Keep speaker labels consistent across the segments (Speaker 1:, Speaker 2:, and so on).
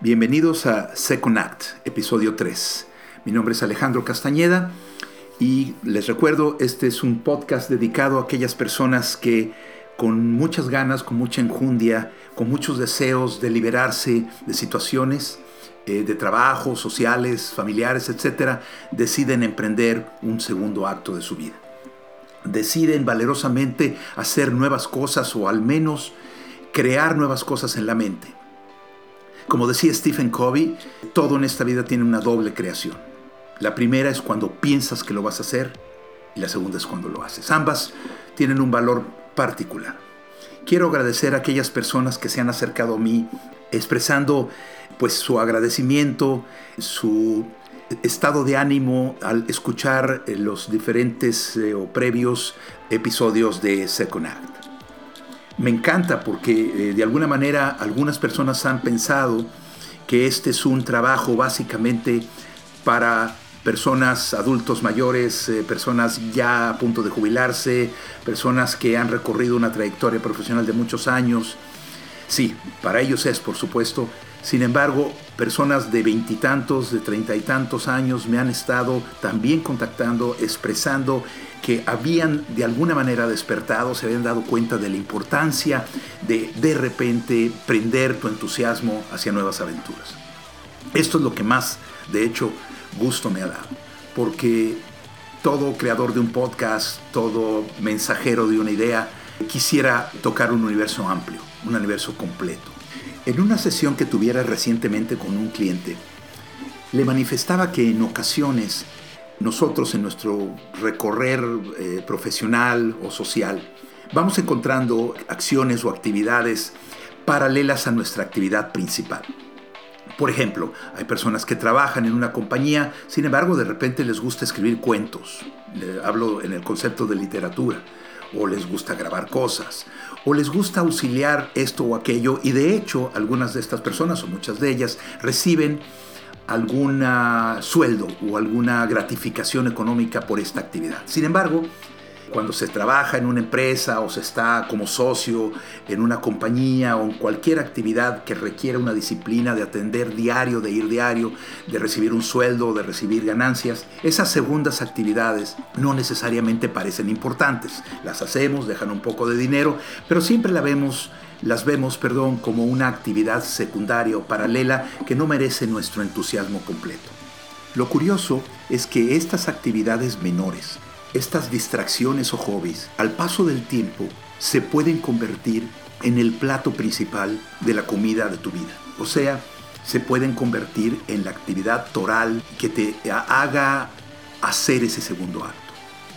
Speaker 1: Bienvenidos a Second Act, episodio 3. Mi nombre es Alejandro Castañeda y les recuerdo, este es un podcast dedicado a aquellas personas que con muchas ganas, con mucha enjundia, con muchos deseos de liberarse de situaciones de trabajo, sociales, familiares, etc., deciden emprender un segundo acto de su vida. Deciden valerosamente hacer nuevas cosas o al menos crear nuevas cosas en la mente. Como decía Stephen Covey, todo en esta vida tiene una doble creación. La primera es cuando piensas que lo vas a hacer y la segunda es cuando lo haces. Ambas tienen un valor particular. Quiero agradecer a aquellas personas que se han acercado a mí expresando su agradecimiento, su estado de ánimo al escuchar los diferentes o previos episodios de Second Act. Me encanta porque de alguna manera algunas personas han pensado que este es un trabajo básicamente para personas adultos mayores, personas ya a punto de jubilarse, personas que han recorrido una trayectoria profesional de muchos años. Sí, para ellos es, por supuesto. Sin embargo, personas de veintitantos, de treinta y tantos años me han estado también contactando, expresando que habían de alguna manera despertado, se habían dado cuenta de la importancia de repente prender tu entusiasmo hacia nuevas aventuras. Esto es lo que más, de hecho, gusto me ha dado, porque todo creador de un podcast, todo mensajero de una idea, quisiera tocar un universo amplio, un universo completo. En una sesión que tuviera recientemente con un cliente, le manifestaba que en ocasiones nosotros en nuestro recorrer profesional o social vamos encontrando acciones o actividades paralelas a nuestra actividad principal. Por ejemplo, hay personas que trabajan en una compañía, sin embargo, de repente les gusta escribir cuentos. Hablo en el concepto de literatura. O les gusta grabar cosas, o les gusta auxiliar esto o aquello, y de hecho algunas de estas personas, o muchas de ellas, reciben algún sueldo o alguna gratificación económica por esta actividad. Sin embargo, cuando se trabaja en una empresa o se está como socio en una compañía o en cualquier actividad que requiera una disciplina de atender diario, de ir diario, de recibir un sueldo, de recibir ganancias, esas segundas actividades no necesariamente parecen importantes. Las hacemos, dejan un poco de dinero, pero siempre las vemos como una actividad secundaria o paralela que no merece nuestro entusiasmo completo. Lo curioso es que estas actividades menores, estas distracciones o hobbies, al paso del tiempo, se pueden convertir en el plato principal de la comida de tu vida. O sea, se pueden convertir en la actividad toral que te haga hacer ese segundo acto.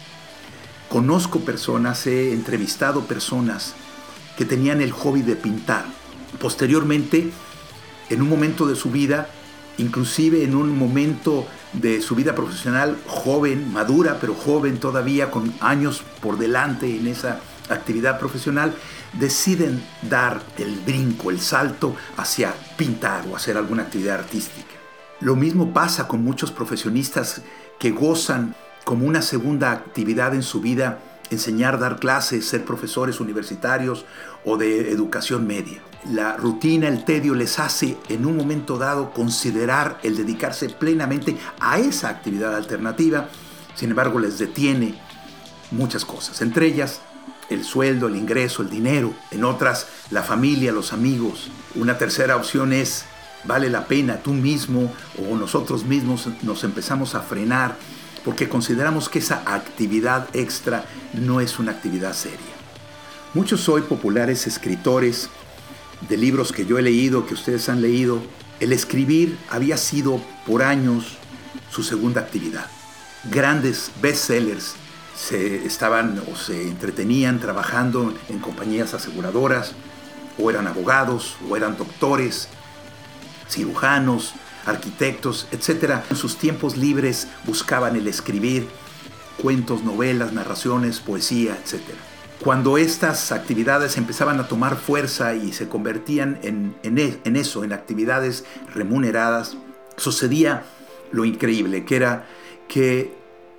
Speaker 1: Conozco personas, he entrevistado personas que tenían el hobby de pintar. Posteriormente, en un momento de su vida, inclusive en un momento de su vida profesional joven, madura, pero joven todavía, con años por delante en esa actividad profesional, deciden dar el brinco, el salto hacia pintar o hacer alguna actividad artística. Lo mismo pasa con muchos profesionistas que gozan como una segunda actividad en su vida enseñar, dar clases, ser profesores universitarios o de educación media. La rutina, el tedio les hace en un momento dado considerar el dedicarse plenamente a esa actividad alternativa. Sin embargo, les detiene muchas cosas, entre ellas el sueldo, el ingreso, el dinero. En otras, la familia, los amigos. Una tercera opción es, vale la pena, tú mismo o nosotros mismos nos empezamos a frenar porque consideramos que esa actividad extra no es una actividad seria. Muchos hoy populares escritores de libros que yo he leído, que ustedes han leído, el escribir había sido por años su segunda actividad. Grandes bestsellers se entretenían trabajando en compañías aseguradoras, o eran abogados, o eran doctores, cirujanos, arquitectos, etc. En sus tiempos libres buscaban el escribir cuentos, novelas, narraciones, poesía, etc. Cuando estas actividades empezaban a tomar fuerza y se convertían en actividades remuneradas, sucedía lo increíble, que era que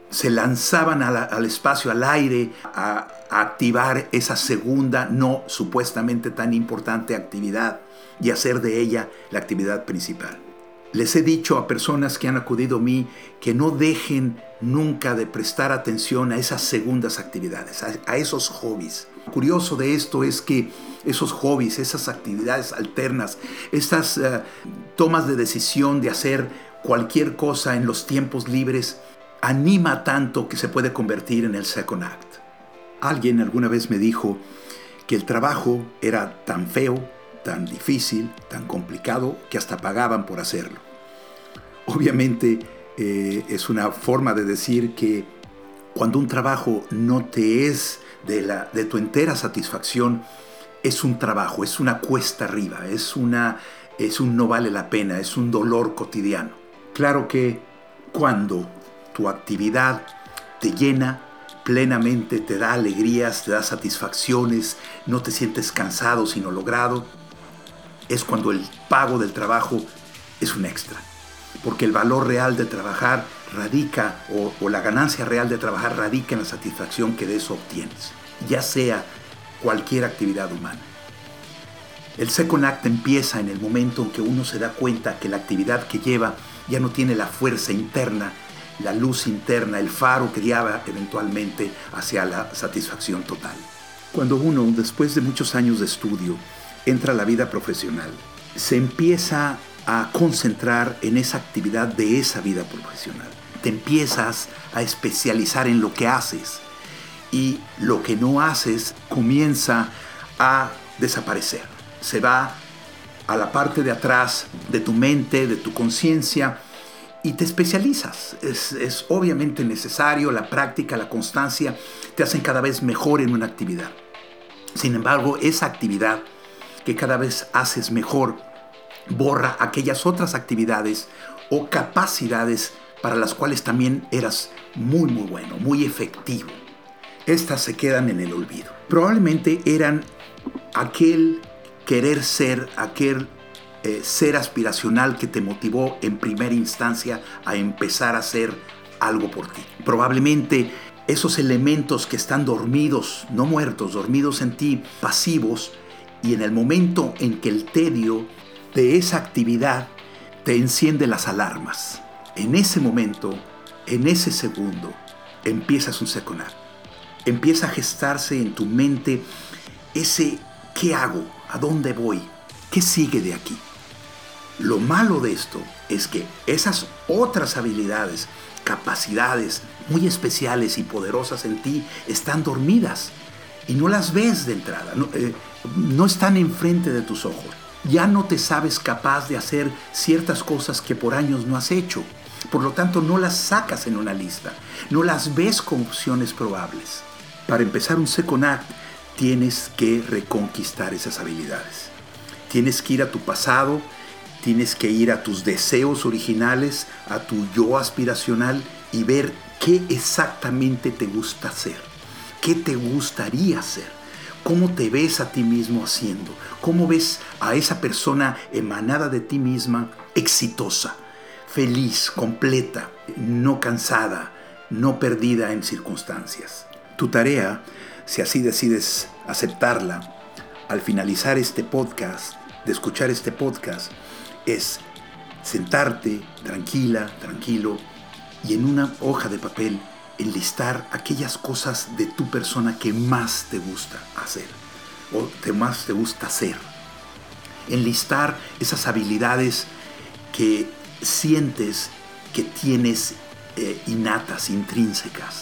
Speaker 1: se lanzaban al espacio, al aire, a activar esa segunda, no supuestamente tan importante actividad y hacer de ella la actividad principal. Les he dicho a personas que han acudido a mí que no dejen nunca de prestar atención a esas segundas actividades, a esos hobbies. Lo curioso de esto es que esos hobbies, esas actividades alternas, estas tomas de decisión de hacer cualquier cosa en los tiempos libres, anima tanto que se puede convertir en el second act. Alguien alguna vez me dijo que el trabajo era tan feo, tan difícil, tan complicado, que hasta pagaban por hacerlo. Obviamente es una forma de decir que cuando un trabajo no te es de tu entera satisfacción, es un trabajo, es una cuesta arriba, es un no vale la pena, es un dolor cotidiano. Claro que cuando tu actividad te llena plenamente, te da alegrías, te da satisfacciones, no te sientes cansado sino logrado, es cuando el pago del trabajo es un extra. Porque el valor real de trabajar radica, o la ganancia real de trabajar radica en la satisfacción que de eso obtienes, ya sea cualquier actividad humana. El second act empieza en el momento en que uno se da cuenta que la actividad que lleva ya no tiene la fuerza interna, la luz interna, el faro que guiaba eventualmente hacia la satisfacción total. Cuando uno, después de muchos años de estudio, entra a la vida profesional, se empieza a concentrar en esa actividad de esa vida profesional. Te empiezas a especializar en lo que haces y lo que no haces comienza a desaparecer. Se va a la parte de atrás de tu mente, de tu conciencia, y te especializas. Es obviamente necesario, la práctica, la constancia te hacen cada vez mejor en una actividad. Sin embargo, esa actividad que cada vez haces mejor borra aquellas otras actividades o capacidades para las cuales también eras muy bueno, muy efectivo. Estas se quedan en el olvido. Probablemente eran aquel querer ser, aquel ser aspiracional que te motivó en primera instancia a empezar a hacer algo por ti. Probablemente esos elementos que están dormidos, no muertos, dormidos en ti, pasivos, y en el momento en que el tedio de esa actividad te enciende las alarmas. En ese momento, en ese segundo, empiezas un second act. Empieza a gestarse en tu mente ese ¿qué hago? ¿A dónde voy? ¿Qué sigue de aquí? Lo malo de esto es que esas otras habilidades, capacidades muy especiales y poderosas en ti están dormidas y no las ves de entrada, no están enfrente de tus ojos. Ya no te sabes capaz de hacer ciertas cosas que por años no has hecho. Por lo tanto, no las sacas en una lista, no las ves como opciones probables. Para empezar un second act, tienes que reconquistar esas habilidades. Tienes que ir a tu pasado, tienes que ir a tus deseos originales, a tu yo aspiracional y ver qué exactamente te gusta hacer, qué te gustaría hacer, cómo te ves a ti mismo haciendo, cómo ves a esa persona emanada de ti misma, exitosa, feliz, completa, no cansada, no perdida en circunstancias. Tu tarea, si así decides aceptarla, al finalizar este podcast, de escuchar este podcast, es sentarte tranquila, tranquilo, y en una hoja de papel enlistar aquellas cosas de tu persona que más te gusta hacer o que más te gusta hacer. Enlistar esas habilidades que sientes que tienes innatas, intrínsecas.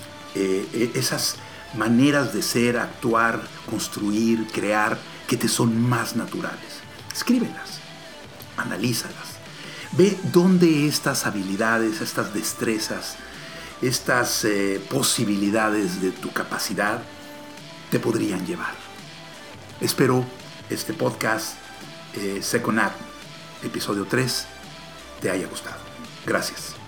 Speaker 1: Esas maneras de ser, actuar, construir, crear, que te son más naturales. Escríbelas, analízalas. Ve dónde estas habilidades, estas destrezas, estas posibilidades de tu capacidad te podrían llevar. Espero este podcast, Second Act, episodio 3, te haya gustado. Gracias.